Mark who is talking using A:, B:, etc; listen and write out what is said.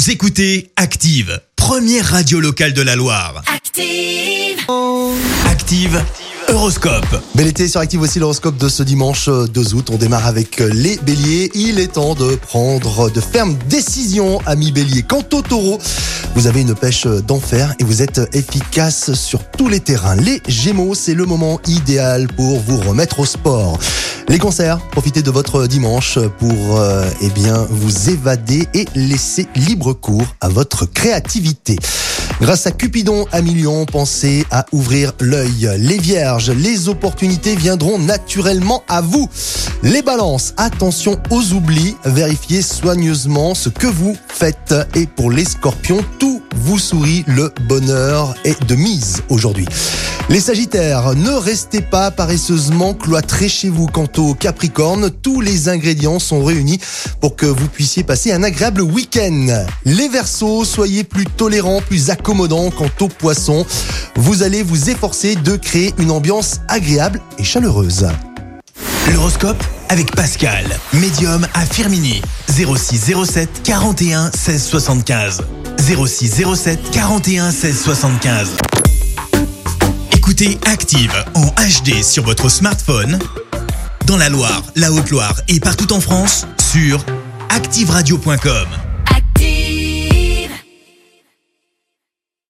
A: Vous écoutez Active, première radio locale de la Loire.
B: Active.
A: Active Horoscope.
C: Bel été sur Active, aussi l'horoscope de ce dimanche 2 août. On démarre avec les béliers. Il est temps de prendre de fermes décisions, amis béliers. Quant aux taureaux, vous avez une pêche d'enfer et vous êtes efficace sur tous les terrains. Les gémeaux, c'est le moment idéal pour vous remettre au sport. Les cancers, profitez de votre dimanche pour vous évader et laisser libre cours à votre créativité. Grâce à Cupidon à Lion, pensez à ouvrir l'œil. Les vierges, les opportunités viendront naturellement à vous. Les balances, attention aux oublis, vérifiez soigneusement ce que vous faites. Et pour les scorpions, tout vous sourit, le bonheur est de mise aujourd'hui. Les sagittaires, ne restez pas paresseusement cloîtrés chez vous. Quant aux capricornes, tous les ingrédients sont réunis pour que vous puissiez passer un agréable week-end. Les verseaux, soyez plus tolérants, plus accommodants. Quant aux poissons, vous allez vous efforcer de créer une ambiance agréable et chaleureuse.
A: L'horoscope avec Pascal, médium à Firminy. 06 07 41 16 75. 06 07 41 16 75. Écoutez Active en HD sur votre smartphone, dans la Loire, la Haute-Loire et partout en France, sur activeradio.com.